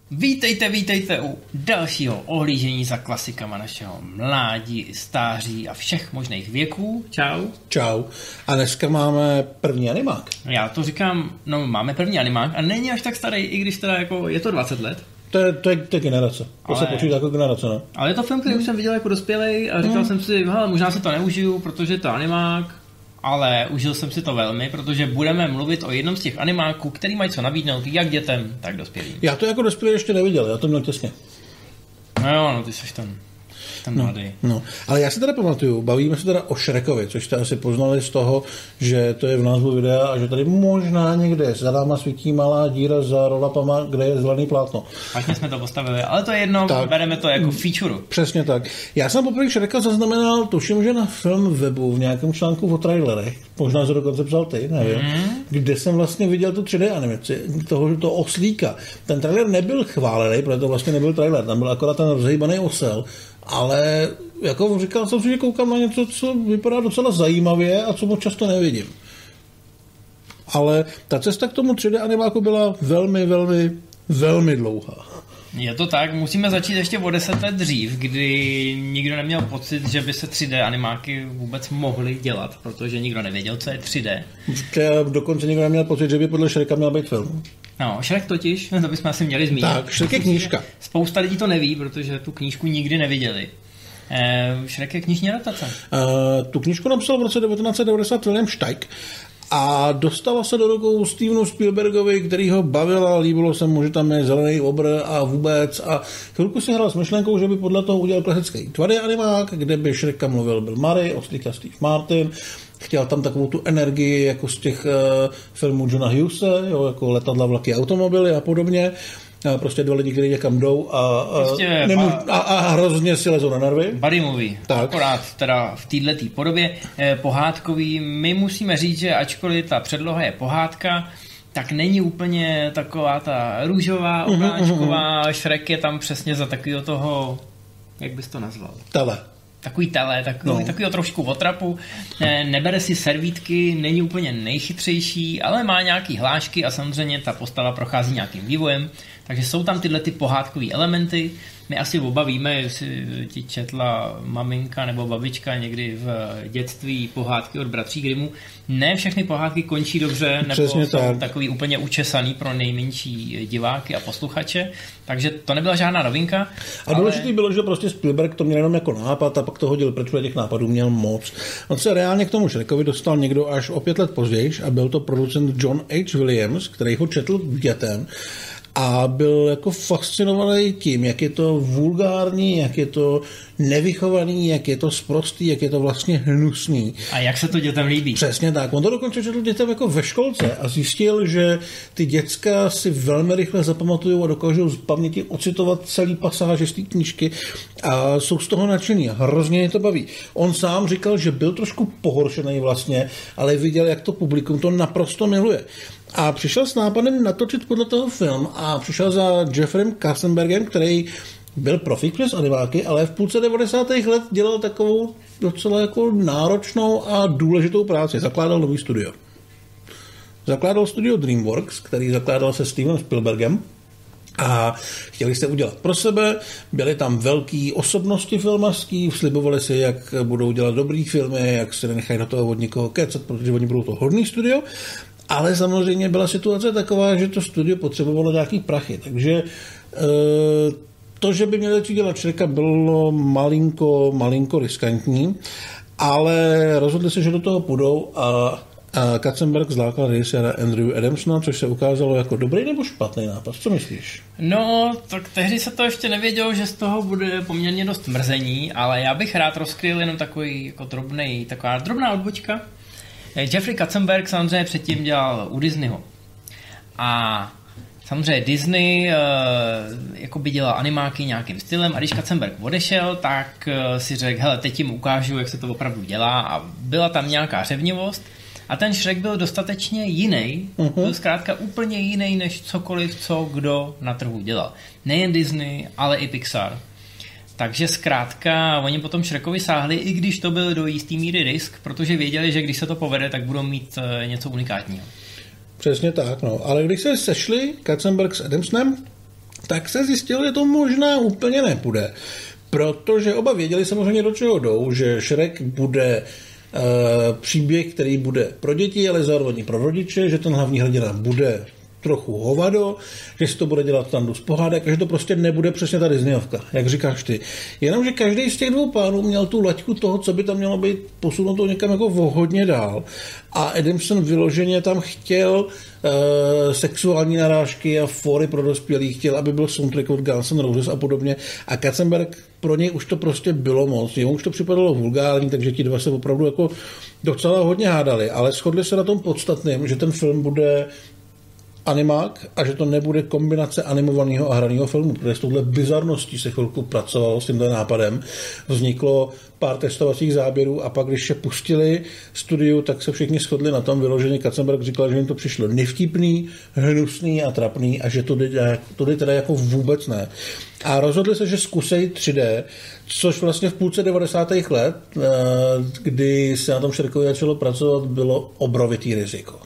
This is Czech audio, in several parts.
Vítejte u dalšího ohlížení za klasikama našeho mládí, stáří a všech možných věků. Čau. Čau. A dneska máme první animák. Já to říkám, no máme první animák a není až tak starý, i když teda jako je to 20 let. To je generace. To se počítá jako generace, ne? Ale je to film, který už jsem viděl jako dospělej a říkal jsem si, hele, možná si to neužiju, protože to animák, ale užil jsem si to velmi, protože budeme mluvit o jednom z těch animáků, který mají co nabídnout jak dětem, tak dospělým. Já to jako dospělý ještě neviděl, já to měl těsně. No jo, no ty jsi ten mladý. No, ale já si teda pamatuju, bavíme se teda o Šrekovi, což jste asi poznali z toho, že to je v názvu videa a že tady možná někde za náma svítí malá díra za rollupama, kde je zelený plátno. Vlastně jsme to postavili, ale to je jedno, tak, bereme to jako feature. Přesně tak. Já jsem poprvé Šreka zaznamenal, tuším, že na film webu v nějakém článku o trailerech, možná se dokonce psal ty, nevím, kde jsem vlastně viděl tu 3D animaci toho oslíka. Ten trailer nebyl chválený, protože to vlastně nebyl trailer, tam byl akorát ten rozhýbaný osel. Ale jako říkal jsem si, že koukám na něco, co vypadá docela zajímavě a co moc často nevidím. Ale ta cesta k tomu 3D animáku byla velmi, velmi, velmi dlouhá. Je to tak, musíme začít ještě o 10 let dřív, kdy nikdo neměl pocit, že by se 3D animáky vůbec mohly dělat, protože nikdo nevěděl, co je 3D. Dokonce nikdo neměl pocit, že by podle Šreka měl být film. No, Šrek totiž, to bychom asi měli zmínit. Tak, Šrek je knížka. Spousta lidí to neví, protože tu knížku nikdy neviděli. Šrek je knižní adaptace. Tu knížku napsal v roce 1990 William Steig a dostala se do rukou Stevenu Spielbergovi, který ho bavil a líbilo se mu, že tam je zelený obr a vůbec a chvilku si hrál s myšlenkou, že by podle toho udělal klasický 2D animák, kde by Šreka mluvil Bill Murray, Oslíka Steve Martin. Chtěl tam takovou tu energii jako z těch filmů Johna Hughese, jo, jako letadla, vlaky, automobily a podobně. Prostě dva lidi, kteří někam jdou a hrozně si lezou na nervy. Buddy movie, tak. Akorát teda v této podobě pohádkový. My musíme říct, že ačkoliv ta předloha je pohádka, tak není úplně taková ta růžová, obláčková. Šrek je tam přesně za takového toho, jak bys to nazval? Takový trošku otrapu, nebere si servítky, není úplně nejchytřejší, ale má nějaký hlášky a samozřejmě ta postava prochází nějakým vývojem, takže jsou tam tyhle ty pohádkový elementy. My asi oba víme, jestli ti četla maminka nebo babička někdy v dětství pohádky od bratří Grimmů. Ne všechny pohádky končí dobře, nebo jsou takový úplně učesaný pro nejmenší diváky a posluchače, takže to nebyla žádná novinka. A důležitý bylo, že prostě Spielberg to měl jenom jako nápad a pak to hodil pryč, protože těch nápadů měl moc. On se reálně k tomu Šrekovi dostal někdo až o 5 let později a byl to producent John H. Williams, který ho četl dětem. A byl jako fascinovaný tím, jak je to vulgární, jak je to nevychovaný, jak je to sprostý, jak je to vlastně hnusný. A jak se to dětem líbí. Přesně tak. On to dokonce četl dětem jako ve školce a zjistil, že ty děcka si velmi rychle zapamatují a dokážou z paměti ocitovat celý pasáže z té knížky a jsou z toho nadšený a hrozně je to baví. On sám říkal, že byl trošku pohoršený vlastně, ale viděl, jak to publikum to naprosto miluje. A přišel s nápadem natočit podle toho film a přišel za Jeffreyem Katzenbergem, který byl profík přes animáky, ale v půlce 90. let dělal takovou docela jako náročnou a důležitou práci. Zakládal nový studio. Zakládal studio DreamWorks, který zakládal se Stevenem Spielbergem a chtěli se udělat pro sebe. Byly tam velký osobnosti filmařský, slibovali si, jak budou dělat dobrý filmy, jak se nenechají do toho od někoho kecat, protože oni budou to hodný studio. Ale samozřejmě byla situace taková, že to studio potřebovalo nějaký prachy, takže to, že by měli začít dělat Šreka, bylo malinko riskantní, ale rozhodli se, že do toho půjdou a Katzenberg zlákal režiséra Andrew Adamsona, což se ukázalo jako dobrý nebo špatný nápad. Co myslíš? No, tak tehdy se to ještě nevědělo, že z toho bude poměrně dost mrzení, ale já bych rád rozkryl jenom taková drobná odbočka. Jeffrey Katzenberg samozřejmě předtím dělal u Disneyho. A samozřejmě Disney jakoby dělal animáky nějakým stylem a když Katzenberg odešel, tak si řekl, hele, teď jim ukážu, jak se to opravdu dělá a byla tam nějaká řevnivost a ten Šrek byl dostatečně jiný, byl zkrátka úplně jiný než cokoliv, co kdo na trhu dělal. Nejen Disney, ale i Pixar. Takže zkrátka oni potom Šrekovi sáhli, i když to byl do jistý míry risk, protože věděli, že když se to povede, tak budou mít něco unikátního. Přesně tak, no. Ale když se sešli Katzenberg s Adamsonem, tak se zjistilo, že to možná úplně nepůjde. Protože oba věděli samozřejmě, do čeho jdou, že Shrek bude příběh, který bude pro děti, ale zároveň pro rodiče, že ten hlavní hrdina bude trochu hovado, že si to bude dělat tandu z pohádek a že to prostě nebude přesně ta Disneyovka, jak říkáš ty. Jenomže každý z těch dvou pánů měl tu laťku toho, co by tam mělo být posunuto někam jako hodně dál. A Adamson vyloženě tam chtěl sexuální narážky a fóry pro dospělí, chtěl, aby byl soundtrack od Guns N' Roses a podobně. A Katzenberg, pro něj už to prostě bylo moc. Jemu už to připadalo vulgární, takže ti dva se opravdu jako docela hodně hádali, ale shodli se na tom podstatným, že ten film bude animák a že to nebude kombinace animovaného a hraného filmu, protože s touhle bizarností se chvilku pracovalo s tímhle nápadem. Vzniklo pár testovacích záběrů a pak, když se pustili studiu, tak se všichni shodli na tom, vyloženě Katzenberg říkal, že jim to přišlo nevtipný, hnusný a trapný a že to jde teda jako vůbec ne. A rozhodli se, že zkusej 3D, což vlastně v půlce 90. let, kdy se na tom Šrekovi začalo pracovat, bylo obrovitý riziko.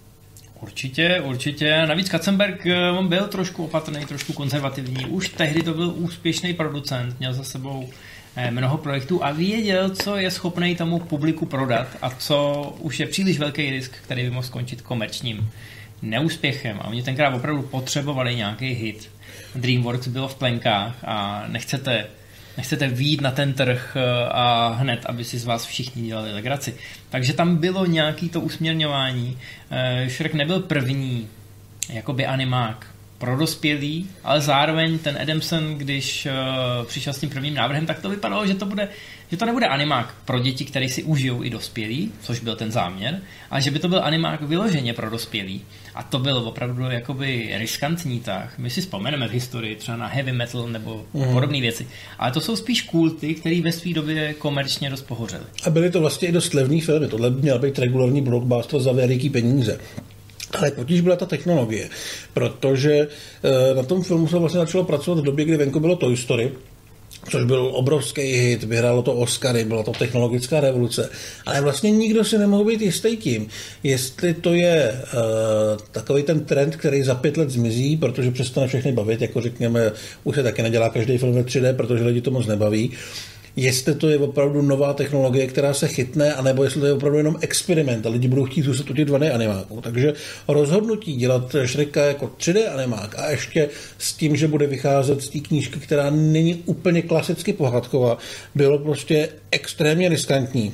Určitě. Navíc Katzenberg, on byl trošku opatrný, trošku konzervativní. Už tehdy to byl úspěšný producent, měl za sebou mnoho projektů a věděl, co je schopný tomu publiku prodat a co už je příliš velký risk, který by mohl skončit komerčním neúspěchem. A oni tenkrát opravdu potřebovali nějaký hit. DreamWorks bylo v plenkách a nechcete vyjít na ten trh a hned, aby si z vás všichni dělali legraci. Takže tam bylo nějaký to usměrňování. Shrek nebyl první jakoby animák pro dospělý, ale zároveň ten Adamson, když přišel s tím prvním návrhem, tak to vypadalo, že to nebude animák pro děti, který si užijou i dospělí, což byl ten záměr, ale že by to byl animák vyloženě pro dospělí. A to byl opravdu jakoby riskantní tah. My si vzpomeneme v historii třeba na heavy metal nebo podobné věci. Ale to jsou spíš kulty, které ve své době komerčně dost pohořely. A byly to vlastně i dost levný filmy. Tohle měl být regulární blockbuster za veliký peníze. Ale potíž byla ta technologie, protože na tom filmu se vlastně začalo pracovat v době, kdy venku bylo Toy Story, což byl obrovský hit, vyhrálo to Oscary, byla to technologická revoluce, ale vlastně nikdo si nemohl být jistý tím, jestli to je takový ten trend, který za 5 let zmizí, protože přestane všechny bavit, jako řekněme, už se taky nedělá každý film ve 3D, protože lidi to moc nebaví, jestli to je opravdu nová technologie, která se chytne, anebo jestli to je opravdu jenom experiment a lidi budou chtít zůstat u těch 2D animáků. Takže rozhodnutí dělat Shreka jako 3D animák a ještě s tím, že bude vycházet z té knížky, která není úplně klasicky pohádková, bylo prostě extrémně riskantní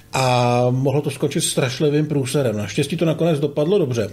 a mohlo to skočit strašlivým průserem. Naštěstí to nakonec dopadlo dobře.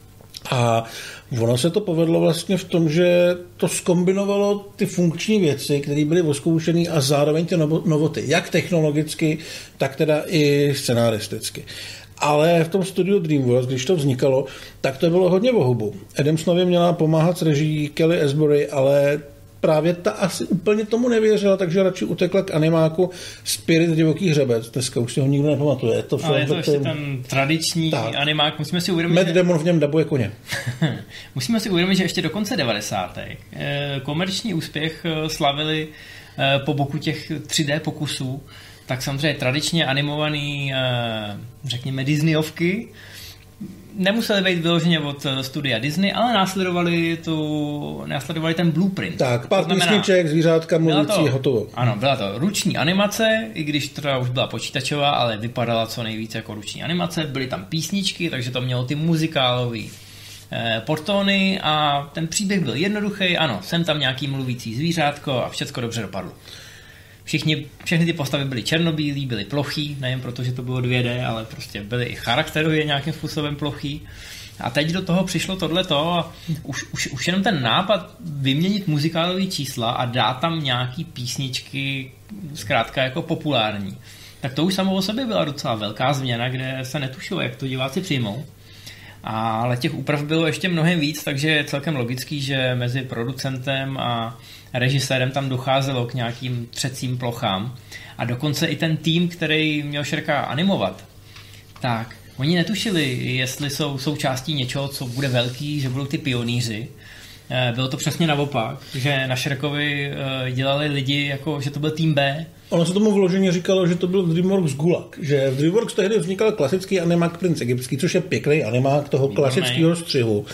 A ono se to povedlo vlastně v tom, že to zkombinovalo ty funkční věci, které byly oskoušené a zároveň ty novoty, jak technologicky, tak teda i scenaristicky. Ale v tom studiu DreamWorks, když to vznikalo, tak to bylo hodně o hubu. Adamsonovi měla pomáhat s režií Kelly Asbury, ale právě ta asi úplně tomu nevěřila, takže radši utekla k animáku Spirit divoký hřebec. Dneska už si ho nikdo nepamatuje. Je to film, ale je to ještě ten tradiční animák. Musíme si uvědomit, Matt Damon v něm dabuje koně. Musíme si uvědomit, že ještě do konce 90. komerční úspěch slavili po boku těch 3D pokusů, tak samozřejmě tradičně animovaný, řekněme, Disneyovky, nemuseli být vyloženě od studia Disney, ale následovali ten blueprint. Tak, pár písniček, zvířátka, mluvící, hotovo. Ano, byla to ruční animace, i když teda už byla počítačová, ale vypadala co nejvíce jako ruční animace. Byly tam písničky, takže to mělo ty muzikálové portóny a ten příběh byl jednoduchý. Ano, jsem tam nějaký mluvící zvířátko a všecko dobře dopadlo. Všechny ty postavy byly černobílý, byly plochý, nejen proto, že to bylo 2D, ale prostě byly i charakterově nějakým způsobem plochý. A teď do toho přišlo tohleto a už jenom ten nápad vyměnit muzikálové čísla a dát tam nějaký písničky zkrátka jako populární. Tak to už samo o sobě byla docela velká změna, kde se netušilo, jak to diváci přijmou. Ale těch úprav bylo ještě mnohem víc, takže je celkem logický, že mezi producentem a režisérem tam docházelo k nějakým třecím plochám. A dokonce i ten tým, který měl Shreka animovat, tak oni netušili, jestli jsou součástí něčeho, co bude velký, že budou ty pionýři. Bylo to přesně naopak, že na Shrekovi dělali lidi, jako, že to byl tým B. Ono se tomu vloženě říkalo, že to byl DreamWorks Gulag, že v DreamWorks tehdy vznikal klasický animák Princ egyptský, což je pěkný animák toho klasického střihu.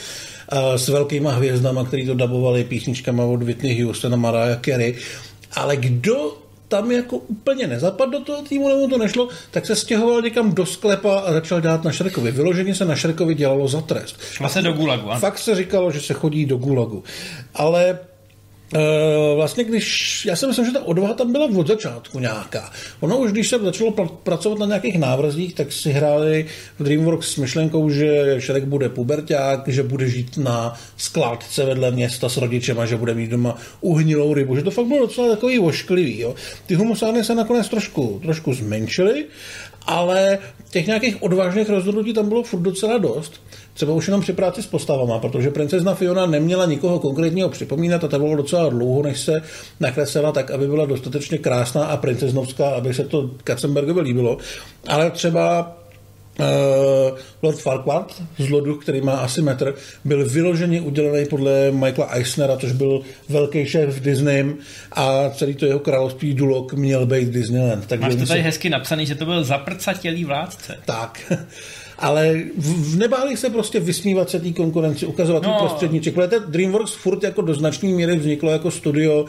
s velkýma hvězdama, který to dabovali písničkama od Whitney Houston a Mariah Carey. Ale kdo tam jako úplně nezapadl do toho týmu, nebo to nešlo, tak se stěhoval někam do sklepa a začal dělat na Šrekovi. Vyloženě se na Šrekovi dělalo za trest. Šlo se do gulagu, ano? Fakt se říkalo, že se chodí do gulagu. Ale vlastně já si myslím, že ta odvaha tam byla od začátku nějaká. Ono už, když se začalo pracovat na nějakých návrzích, tak si hráli v DreamWorks s myšlenkou, že Shrek bude puberťák, že bude žít na skládce vedle města s rodičema, že bude mít doma uhnilou rybu, že to fakt bylo docela takový ošklivý. Jo. Ty humusány se nakonec trošku zmenšily, ale těch nějakých odvážných rozhodnutí tam bylo furt docela dost. Třeba už jenom při práci s postavama, protože princezna Fiona neměla nikoho konkrétního připomínat a to bylo docela dlouho, než se nakreslila tak, aby byla dostatečně krásná a princeznovská, aby se to Katzenbergovi líbilo. Ale třeba Lord Farquaad z Lodu, který má asi metr, byl vyloženě udělený podle Michaela Eisnera, což byl velký šéf v Disneym a celý to jeho království Duloc měl být Disneyland. Takže máš to tady hezky napsaný, že to byl zaprcatělý vládce. Tak. Ale nebáli se prostě vysmívat se té konkurenci, ukazovat ten prostředníček. DreamWorks furt jako do značné míry vzniklo jako studio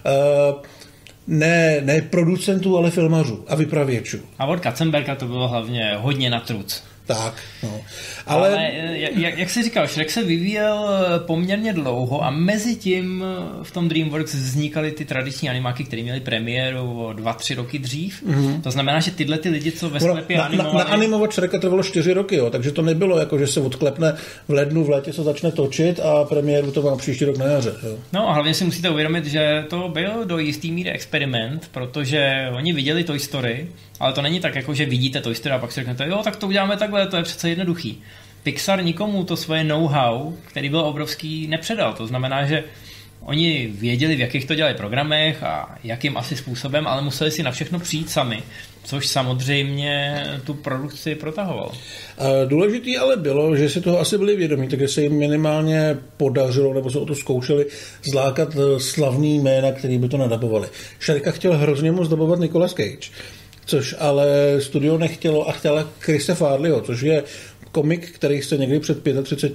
ne producentů, ale filmařů a vypravěčů. A od Katzenberga to bylo hlavně hodně na truc. Tak, no. Ale jak jsi říkal, Shrek se vyvíjel poměrně dlouho a mezi tím v tom DreamWorks vznikaly ty tradiční animáky, které měly premiéru o 2-3 roky dřív. Mm-hmm. To znamená, že tyhle ty lidi, co ve sklepě animovali... Na animovat Shreka trvalo 4 roky, jo, takže to nebylo jako, že se odklepne v lednu, v létě se začne točit a premiéru to má příští rok na jaře. Jo. No a hlavně si musíte uvědomit, že to byl do jistý míry experiment, protože oni viděli Toy Story, ale to není tak, jako že vidíte Toy Story a pak si řeknete, jo, tak to uděláme takhle, to je přece jednoduchý. Pixar nikomu to svoje know-how, který byl obrovský, nepředal. To znamená, že oni věděli, v jakých to dělají programech a jakým asi způsobem, ale museli si na všechno přijít sami, což samozřejmě tu produkci protahovalo. Důležitý ale bylo, že si toho asi byli vědomí, takže se jim minimálně podařilo, nebo se o to zkoušeli, zlákat slavný jména, který by to nadabovali. Shreka chtěl hrozně moc dabovat Nicolas Cage, což ale studio nechtělo a chtěla Chrisse Farleyho, což je komik, který se někdy před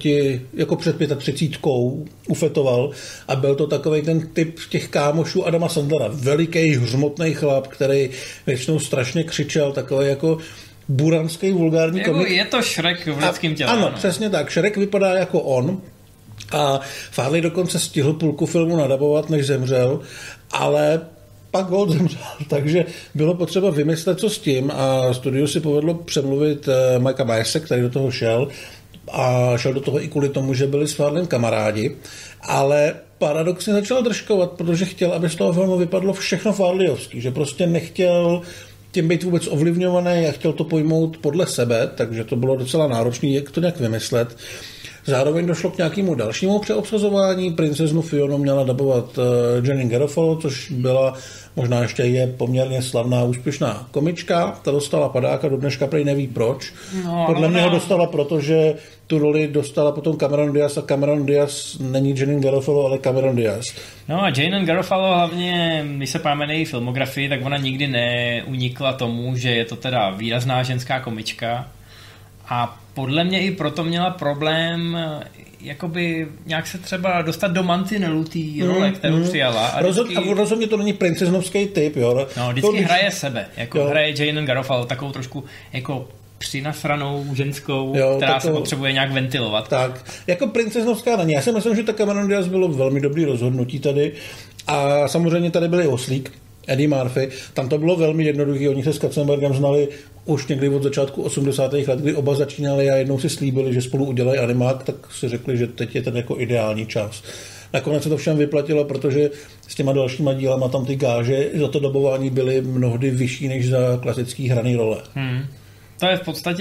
35 ufetoval a byl to takovej ten typ těch kámošů Adama Sandlera. Veliký, hřmotný chlap, který většinou strašně křičel, takový jako buranský, vulgární komik. Je to Shrek v lidském těle. Ano, přesně tak. Shrek vypadá jako on a Farley dokonce stihl půlku filmu nadabovat, než zemřel, ale pak Gold zemřel, takže bylo potřeba vymyslet, co s tím a studiu si povedlo přemluvit Mikea Myerse, který do toho šel a šel do toho i kvůli tomu, že byli s Farleym kamarádi, ale paradoxně začal držkovat, protože chtěl, aby z toho filmu vypadlo všechno Farleyovský, že prostě nechtěl tím být vůbec ovlivňovaný a chtěl to pojmout podle sebe, takže to bylo docela náročné, jak to nějak vymyslet. Zároveň došlo k nějakému dalšímu přeobsazování. Princeznu Fionu měla dabovat Janet Garofalo, což byla, možná ještě je poměrně slavná, úspěšná komička. Ta dostala padáka, do dneška prý neví proč. Podle mě ho dostala, protože tu roli dostala potom Cameron Diaz a Cameron Diaz není Janet Garofalo, ale Cameron Diaz. No a Janet Garofalo hlavně, když se páme na její filmografii, tak ona nikdy neunikla tomu, že je to teda výrazná ženská komička. A podle mě i proto měla problém jakoby nějak se třeba dostat do mantinelu té role, kterou přijala. A rozhodně to není princeznovský typ, jo. No, vždycky hraje sebe, jako hraje Janet Garofalo, takovou trošku jako přinasranou ženskou, která se potřebuje nějak ventilovat. Tak, jako princeznovská není. Já si myslím, že ta Cameron Diaz bylo velmi dobrý rozhodnutí tady a samozřejmě tady byl i Oslík, Eddie Murphy, tam to bylo velmi jednoduché, oni se s Katzenbergem znali už někdy od začátku 80. let, kdy oba začínali a jednou si slíbili, že spolu udělají animák, tak si řekli, že teď je ten jako ideální čas. Nakonec se to všem vyplatilo, protože s těma dalšíma dílama tam ty gáže za to dobování byly mnohdy vyšší než za klasický hraný role. To je v podstatě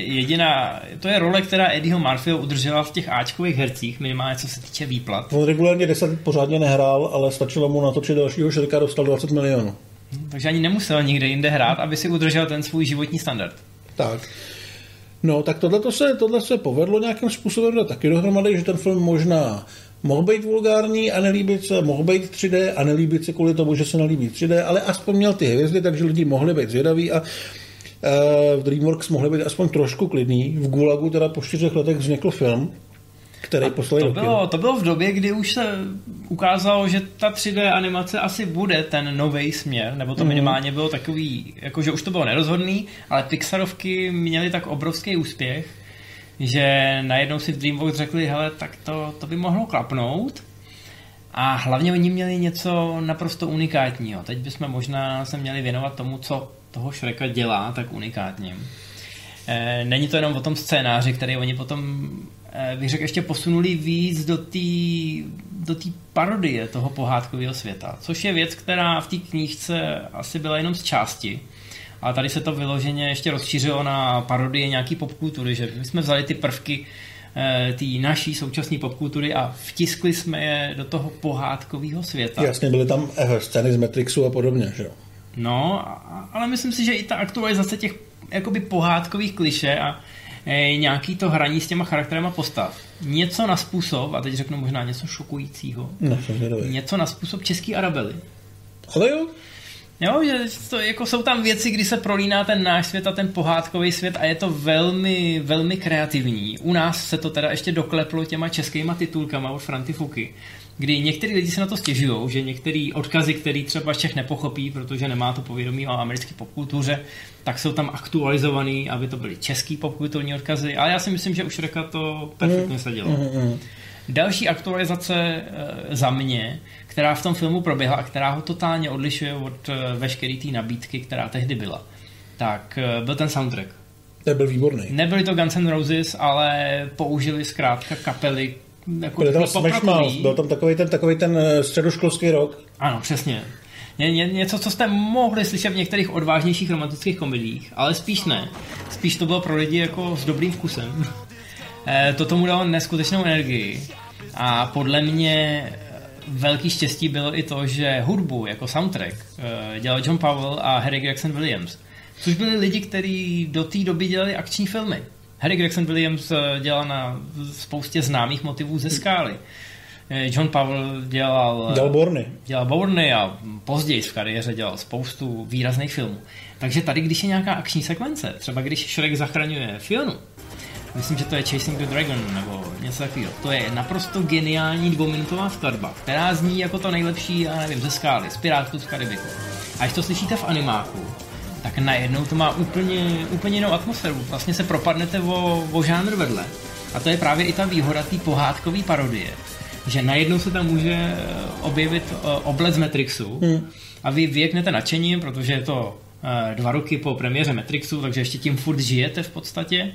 to je role, která Eddieho Murphyho udržela v těch áčkových hercích, minimálně co se týče výplat. On regulárně 10 let pořádně nehrál, ale stačilo mu natočit dalšího Shreka, dostal 20 milionů. Takže ani nemusel nikde jinde hrát, aby si udržel ten svůj životní standard. Tak. No, tak tohle se povedlo nějakým způsobem taky dohromady, že ten film možná mohl být vulgární a nelíbit se, mohl být 3D a nelíbit se kvůli tomu, že se nelíbí 3D, ale aspoň měl ty hvězdy, takže lidi mohli být zvědaví a v DreamWorks mohli být aspoň trošku klidný. V Gulagu teda po 4 letech vznikl film. který poslali do kina. To bylo v době, kdy už se ukázalo, že ta 3D animace asi bude ten nový směr, nebo to minimálně bylo takový, jakože už to bylo nerozhodný, ale Pixarovky měly tak obrovský úspěch, že najednou si v DreamWorks řekli, hele, tak to by mohlo klapnout. A hlavně oni měli něco naprosto unikátního. Teď bychom možná se měli věnovat tomu, co toho Shreka dělá tak unikátním. Není to jenom o tom scénáři, který oni potom, bych řekl, ještě posunuli víc do té parodie toho pohádkového světa, což je věc, která v té knížce asi byla jenom z části. A tady se to vyloženě ještě rozšířilo na parodie nějaký popkultury, že my jsme vzali ty prvky té naší současné popkultury a vtiskli jsme je do toho pohádkového světa. Jasně, byly tam scény z Matrixu a podobně, že jo? No, ale myslím si, že i ta aktualizace těch jakoby pohádkových klišé a nějaký to hraní s těma charakterama postav. Něco na způsob, a teď řeknu možná něco šokujícího, něco na způsob český Arabely. Ale jo. Jo, že to, jako jsou tam věci, kdy se prolíná ten náš svět a ten pohádkový svět a je to velmi, velmi kreativní. U nás se to teda ještě dokleplo těma českýma titulkama od Franty Fuky, kdy některý lidi se na to stěžují, že některý odkazy, který třeba Čech nepochopí, protože nemá to povědomí o americké popkultuře, tak jsou tam aktualizovaný, aby to byly český popkulturní odkazy, ale já si myslím, že už Shreka to perfektně sedělo. Další aktualizace za mě, která v tom filmu proběhla a která ho totálně odlišuje od veškeré té nabídky, která tehdy byla, tak byl ten soundtrack. To byl výborný. Nebyly to Guns N' Roses, ale použili zkrátka kapely jako byl tam takový ten středoškolský rock. Ano, přesně. Něco, co jste mohli slyšet v některých odvážnějších romantických komediích, ale spíš ne. Spíš to bylo pro lidi jako s dobrým vkusem. To tomu dalo neskutečnou energii. A podle mě velký štěstí bylo i to, že hudbu jako soundtrack dělal John Powell a Harry Gregson Williams. Což byli lidi, kteří do té doby dělali akční filmy. Harry Gregson Williams dělal na spoustě známých motivů ze Skály. John Powell dělal Bourny a později v kariéře dělal spoustu výrazných filmů. Takže tady, když je nějaká akční sekvence, třeba když Shrek zachraňuje Fionu, myslím, že to je Chasing the Dragon nebo něco takového, to je naprosto geniální dvouminutová skladba, která zní jako to nejlepší, já nevím, ze Skály, z Pirátů z Karibiku. A když to slyšíte v animáku, tak najednou to má úplně jinou atmosféru. Vlastně se propadnete o žánr vedle. A to je právě i ta výhoda té pohádkové parodie. Že najednou se tam může objevit oblec z Matrixu a vy vyjeknete nadšením, protože je to 2 roky po premiéře Matrixu, takže ještě tím furt žijete v podstatě.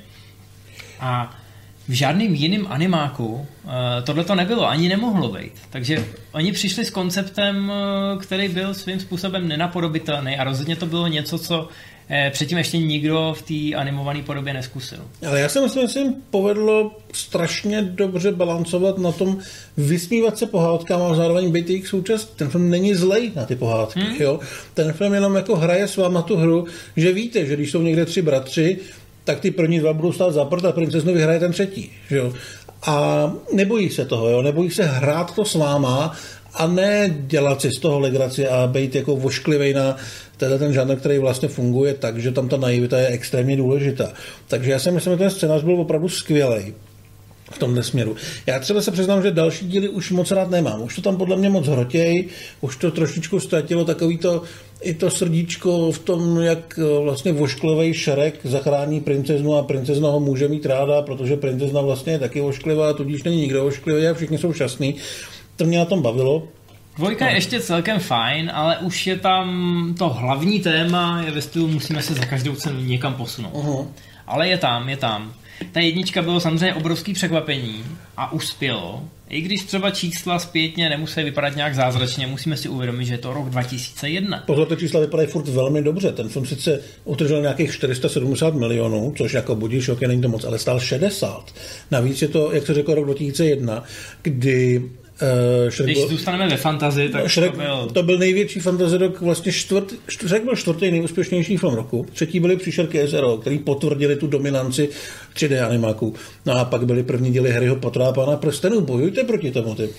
A v žádným jiným animáku tohle to nebylo, ani nemohlo být. Takže oni přišli s konceptem, který byl svým způsobem nenapodobitelný a rozhodně to bylo něco, co předtím ještě nikdo v té animované podobě neskusil. Ale já si myslím, že se jim povedlo strašně dobře balancovat na tom vysmívat se pohádkám a zároveň být jejich součást. Ten film není zlej na ty pohádky. Jo? Ten film jenom jako hraje s váma tu hru, že víte, že když jsou někde 3 bratři, tak ty první 2 budou stát za prd a princeznu vyhraje ten 3. Jo? A nebojí se toho, jo? Nebojí se hrát to s váma a ne dělat si z toho legraci a být jako vošklivej na ten žánr, který vlastně funguje tak, že tam ta naivita je extrémně důležitá. Takže já si myslím, že ten scénář byl opravdu skvělej v tomhle směru. Já třeba se přiznám, že další díly už moc rád nemám. Už to tam podle mě moc hrotěj, už to trošičku ztratilo takový to, i to srdíčko v tom, jak vlastně vošklivej Shrek zachrání princeznu a princezna ho může mít ráda, protože princezna vlastně je taky vošklivá, tudíž není nikdo vošklivý a všichni jsou šťastní. To mě na tom bavilo. 2 je ještě celkem fajn, ale už je tam to hlavní téma, je ve stylu musíme se za každou cenu někam posunout. Ale je tam. Ta 1 bylo samozřejmě obrovský překvapení a uspělo. I když třeba čísla zpětně nemusí vypadat nějak zázračně, musíme si uvědomit, že je to rok 2001. Pozor, ty čísla vypadají furt velmi dobře. Ten film sice utržel nějakých 470 milionů, což jako budí šok, není to moc, ale stál 60. Navíc je to, jak se řekl, rok 2001, kdy když zůstaneme ve fantazii, tak to byl největší fantasy rok, vlastně Shrek byl 4. nejúspěšnější film roku. 3. byly Příšerky SRO, který potvrdili tu dominanci 3D animáků. No a pak byly první díly Harryho Pottera a Pána prstenů. Bojujte proti tomu, ty.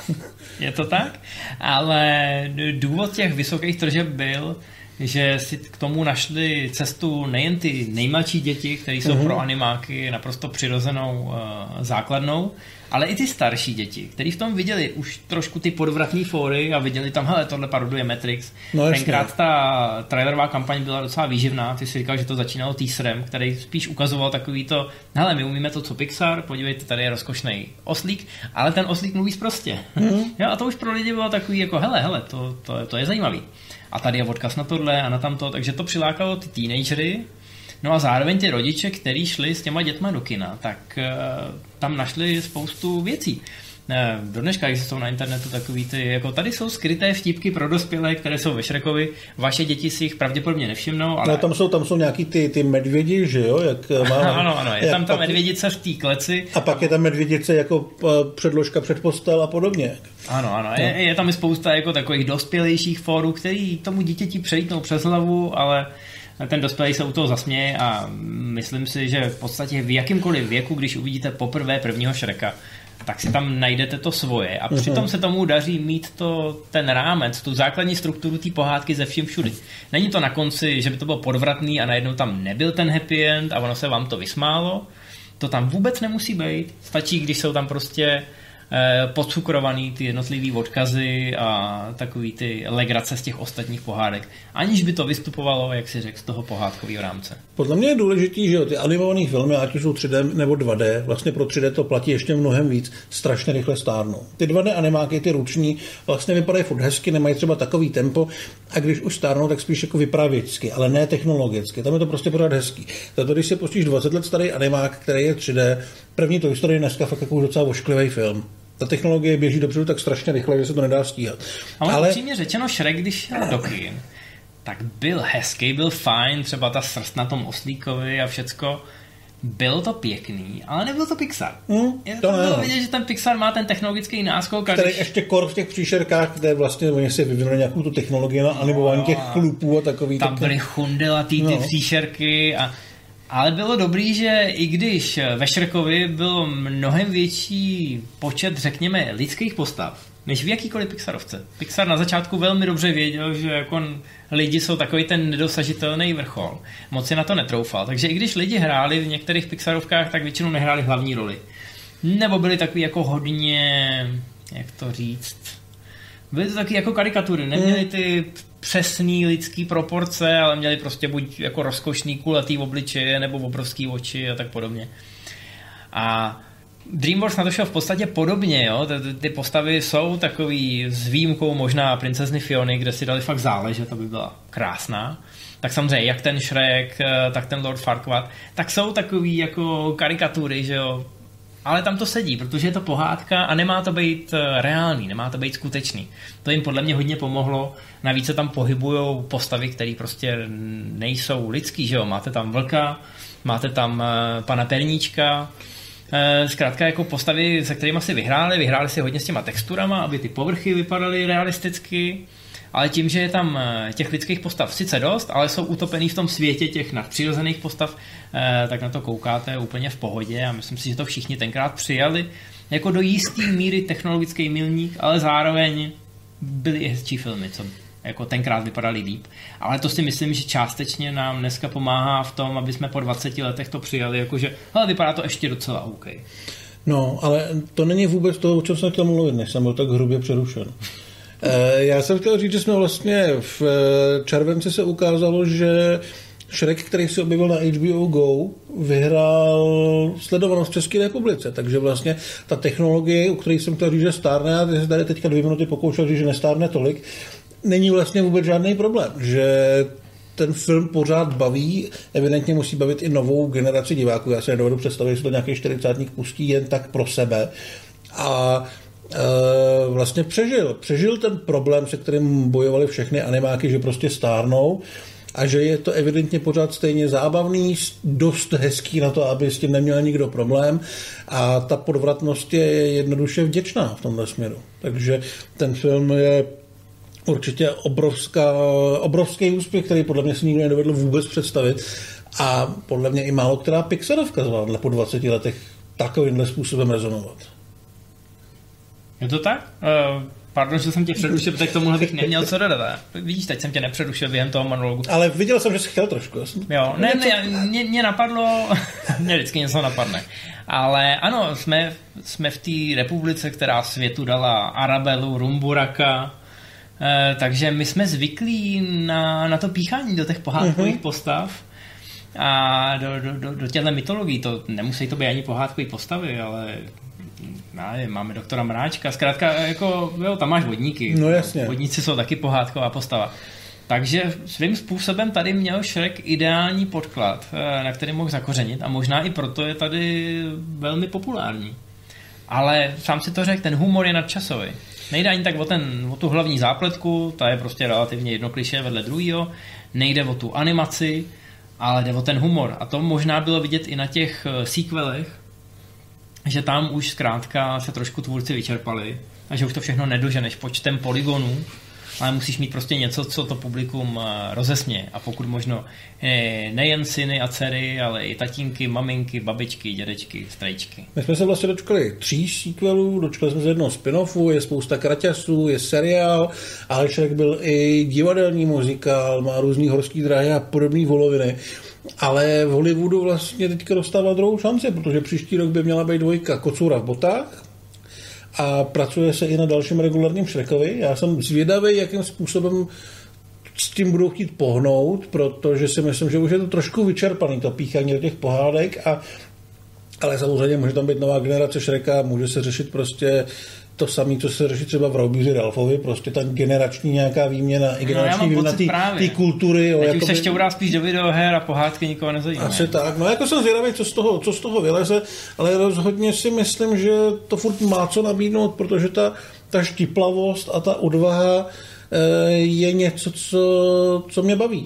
Je to tak? Ale důvod těch vysokých tržeb byl, že si k tomu našli cestu nejen ty nejmladší děti, které jsou pro animáky naprosto přirozenou základnou, ale i ty starší děti, kteří v tom viděli už trošku ty podvratný fóry a viděli tam, hele, tohle paroduje Matrix. No, tenkrát ta trailerová kampaň byla docela výživná, ty si říkal, že to začínalo teaserem, který spíš ukazoval takový to, hele, my umíme to, co Pixar, podívejte, tady je rozkošnej oslík, ale ten oslík mluví sprostě. Jo, a to už pro lidi bylo takový jako, hele, to je zajímavý. A tady je odkaz na tohle a na tamto, takže to přilákalo ty teenagery. No a zároveň ty rodiče, kteří šli s těma dětma do kina, tak tam našli spoustu věcí. Do dneška jsou na internetu takový ty, jako tady jsou skryté vtípky pro dospělé, které jsou ve Šrekovi, vaše děti si jich pravděpodobně nevšimnou. Ale... No, tam jsou nějaký ty medvědi, že jo? Ano, je tam ta medvědice v té kleci. A pak je tam medvědice jako předložka před postel a podobně. Ano, je tam i spousta jako takových dospělejších fórů, který tomu dítěti přejítnou přes hlavu, ale ten dospělý se u toho zasměje a myslím si, že v podstatě v jakýmkoliv věku, když uvidíte poprvé prvního Šreka, tak si tam najdete to svoje a přitom se tomu daří mít ten rámec, tu základní strukturu té pohádky ze vším všudy. Není to na konci, že by to bylo podvratný a najednou tam nebyl ten happy end a ono se vám to vysmálo. To tam vůbec nemusí být. Stačí, když jsou tam prostě podcukrovaný ty jednotlivý odkazy a takový ty legrace z těch ostatních pohádek, aniž by to vystupovalo, jak si řekl, z toho pohádkového rámce. Podle mě je důležitý, že ty animované filmy, ať už jsou 3D nebo 2D, vlastně pro 3D to platí ještě mnohem víc, strašně rychle stárnou. Ty 2D animáky, ty ruční, vlastně vypadají furt hezky, nemají třeba takový tempo a když už stárnou, tak spíš jako vypravěčsky, ale ne technologicky. Tam je to prostě pořád hezký. Tato, když si pustíš 20 let starý animák, který je 3D, první Toy Story dneska fakt jako docela ošklivý film. Ta technologie běží dopředu tak strašně rychle, že se to nedá stíhat. Ale upřímně řečeno, Shrek, když šel do kin, tak byl hezký, byl fajn, třeba ta srst na tom oslíkovi a všecko. Bylo to pěkný, ale nebyl to Pixar. To bylo vidět, že ten Pixar má ten technologický náskok. Který ještě kor v těch příšerkách, kde vlastně oni si vyvinuli nějakou tu technologii na animování těch chlupů a takový. Tam byly chundelatý ty příšerky ale bylo dobrý, že i když ve Shrekovi byl mnohem větší počet, řekněme, lidských postav, než v jakýkoliv Pixarovce. Pixar na začátku velmi dobře věděl, že jako lidi jsou takový ten nedosažitelný vrchol. Moc si na to netroufal. Takže i když lidi hráli v některých Pixarovkách, tak většinou nehráli hlavní roli. Nebo byli takový jako hodně, jak to říct, byly to taky jako karikatury. Neměli ty přesný lidský proporce, ale měli prostě buď jako rozkošný kulatý obličeje nebo obrovský oči a tak podobně. A DreamWorks na to šel v podstatě podobně, jo? Ty postavy jsou takový s výjimkou možná princezny Fiony, kde si dali fakt záležet, aby byla krásná. Tak samozřejmě jak ten Shrek, tak ten Lord Farquaad, tak jsou takový jako karikatury, že jo? Ale tam to sedí, protože je to pohádka a nemá to být reálný, nemá to být skutečný. To jim podle mě hodně pomohlo. Navíc se tam pohybujou postavy, které prostě nejsou lidský, že jo? Máte tam vlka, máte tam pana Perníčka, zkrátka jako postavy, se kterými si vyhráli si hodně s těma texturama, aby ty povrchy vypadaly realisticky, ale tím, že je tam těch lidských postav sice dost, ale jsou utopený v tom světě těch nadpřirozených postav, tak na to koukáte úplně v pohodě a myslím si, že to všichni tenkrát přijali jako do jistý míry technologický milník, ale zároveň byly i hezčí filmy, co jako tenkrát vypadaly líp. Ale to si myslím, že částečně nám dneska pomáhá v tom, aby jsme po 20 letech to přijali, jakože vypadá to ještě docela OK. No, ale to není vůbec to, o čem jsem chtěl mluvit, než jsem byl tak hrubě přerušen. Já jsem chtěl říct, že jsme vlastně v červenci se ukázalo, že Shrek, který se objevil na HBO Go, vyhrál sledovanost v České republice, takže vlastně ta technologie, o které jsem chtěl říct, že stárne, a ty se tady teďka 2 minuty pokoušel říct, že nestárne tolik, není vlastně vůbec žádný problém, že ten film pořád baví, evidentně musí bavit i novou generaci diváků. Já si nedovedu představit, že se to nějaký 40átník pustí jen tak pro sebe. A vlastně přežil ten problém, se kterým bojovali všechny animáky, že prostě stárnou a že je to evidentně pořád stejně zábavný, dost hezký na to, aby s tím neměl nikdo problém a ta podvratnost je jednoduše vděčná v tomhle směru. Takže ten film je určitě obrovský úspěch, který podle mě si nikdo nedovedl vůbec představit a podle mě i málo která Pixarovka zvládla po 20 letech takovýmhle způsobem rezonovat. Je to tak? Pardon, že jsem tě přerušil, tak tomuhle bych neměl co dodat. Vidíš, teď jsem tě nepřerušil během toho monologu. Ale viděl jsem, že jsi chtěl trošku. Jo, mě napadlo, mě vždycky něco napadne. Ale ano, jsme v té republice, která světu dala Arabelu, Rumburaka, takže my jsme zvyklí na to píchání do těch pohádkových postav a do těchto mytologií. To nemusí to být ani pohádkové postavy, ale nevím, máme doktora Mráčka, zkrátka jako, jo, tam máš vodníky. No jasně. Vodníci jsou taky pohádková postava. Takže svým způsobem tady měl Shrek ideální podklad, na který mohl zakořenit a možná i proto je tady velmi populární. Ale sám si to řekl, ten humor je nadčasový. Nejde ani tak o tu hlavní zápletku, ta je prostě relativně jedno klišé vedle druhýho, nejde o tu animaci, ale jde o ten humor. A to možná bylo vidět i na těch sequelech, že tam už zkrátka se trošku tvůrci vyčerpali a že už to všechno nedoženeš počtem polygonů, ale musíš mít prostě něco, co to publikum rozesměje. A pokud možno nejen syny a dcery, ale i tatínky, maminky, babičky, dědečky, strejčky. My jsme se vlastně dočkali 3 sequelů, dočkali jsme se jednoho spin-offu, je spousta kraťasů, je seriál, ale Shrek byl i divadelní muzikál, má různý horský dráhy a podobné voloviny. Ale v Hollywoodu vlastně teďka dostává druhou šanci, protože příští rok by měla být 2 Kocoura v botách a pracuje se i na dalším regulárním Shrekovi. Já jsem zvědavý, jakým způsobem s tím budou chtít pohnout, protože si myslím, že už je to trošku vyčerpaný, to píchání do těch pohádek, ale samozřejmě může tam být nová generace Shreka, může se řešit prostě to samé, co se řeší třeba v Roubíři Ralfovi, prostě ta generační nějaká výměna, i generační výměna té kultury. Jo, teď už se ještě udá spíš do videoher a pohádky nikoho nezajímá. Asi tak, no jako jsem zvědavý, co z toho vyleze, ale rozhodně si myslím, že to furt má co nabídnout, protože ta štiplavost a ta odvaha je něco, co mě baví.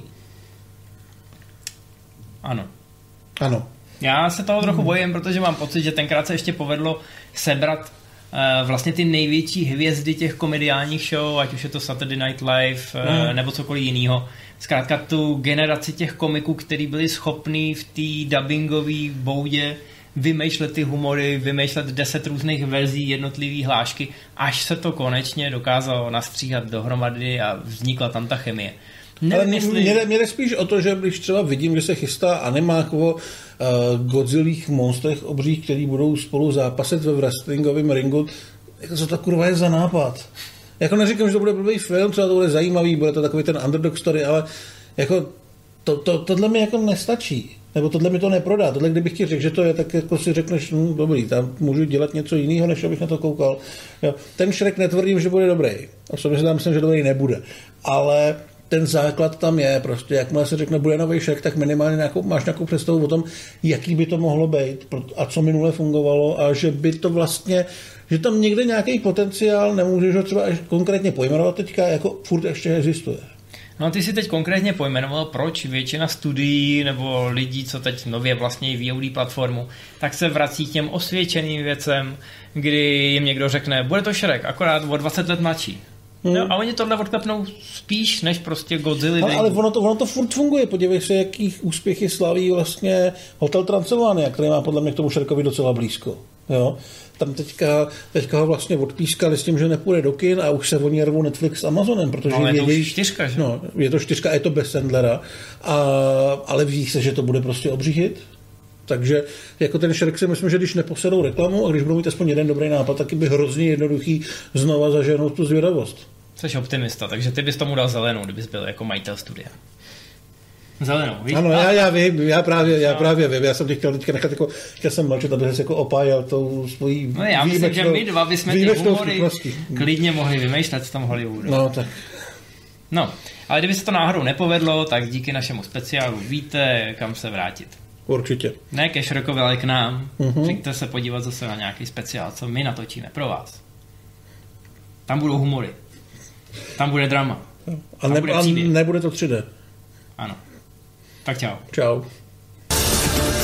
Ano. Já se toho trochu bojím, protože mám pocit, že tenkrát se ještě povedlo sebrat vlastně ty největší hvězdy těch komediálních show, ať už je to Saturday Night Live nebo cokoliv jiného. Zkrátka tu generaci těch komiků, kteří byli schopní v té dubbingové boudě vymýšlet ty humory, vymýšlet 10 různých verzí jednotlivý hlášky, až se to konečně dokázalo nastříhat dohromady a vznikla tam ta chemie. Ale mě jde spíš o to, že když třeba vidím, že se chystá animák o Godzillích monstrech obřích, který budou spolu zápasit ve wrestlingovém ringu, co to kurva je za nápad? Jako neříkám, že to bude blbý film, třeba to bude zajímavý, bude to takový ten underdog story, ale jako tohle mi jako nestačí. Nebo tohle mi to neprodá. Tohle kdybych ti řekl, že to je, tak jako si řekneš, dobrý, tam můžu dělat něco jiného, než abych na to koukal. Jo. Ten Shrek netvrdím, že bude dobrý. Osobně si tam myslím, že dobrý nebude. Ale ten základ tam je, prostě jakmile se řekne, bude nový Shrek, tak minimálně máš nějakou představu o tom, jaký by to mohlo být a co minule fungovalo a že by to vlastně, že tam někde nějaký potenciál, nemůžeš ho třeba až konkrétně pojmenovat teďka, jako furt ještě existuje. No ty si teď konkrétně pojmenoval, proč většina studií nebo lidí, co teď nově vlastně VOD platformu, tak se vrací k těm osvědčeným věcem, kdy jim někdo řekne, bude to Shrek, akorát o 20 let mladší. No, a oni tohle odklepnou spíš, než prostě Godzilla. Ale ono to furt funguje. Podívej se, jaký úspěchy slaví vlastně Hotel Transylvania, který má podle mě k tomu Shrekovi docela blízko. Jo? Tam teďka ho vlastně odpískali s tím, že nepůjde do kin a už se oni rvou Netflix s Amazonem, protože no, vědějí... je to 4, že? No, je to 4, je to bez Sandlera, ale ví se, že to bude prostě obří hit. Takže jako ten Shrek si myslím, že když neposedou reklamu a když budou mít aspoň jeden dobrý nápad, taky by hrozně jednoduchý znova zaženout tu zvědavost. Jsi optimista, takže ty bys tomu dal zelenou, kdybys byl jako majitel studia. Zelenou, víš? Ano, já vím, já právě vím. Já jsem tě chtěl teďka nechat jako, chtěl jsem mlčet, aby se jako opájel tou svojí no já myslím, že my dva bychom ty humory klidně mohli vymýšlet v tom Hollywoodu. No, tak. No, ale kdyby se to náhodou nepovedlo, tak díky našemu speciálu víte, kam se vrátit. Určitě. Ne ke Shrekovi, ale k nám. Přijďte se podívat zase na nějaký speciál, co my natočíme pro vás. Tam budou humory. Tam bude drama. A nebude to 3D. Ano. Tak čau. Čau.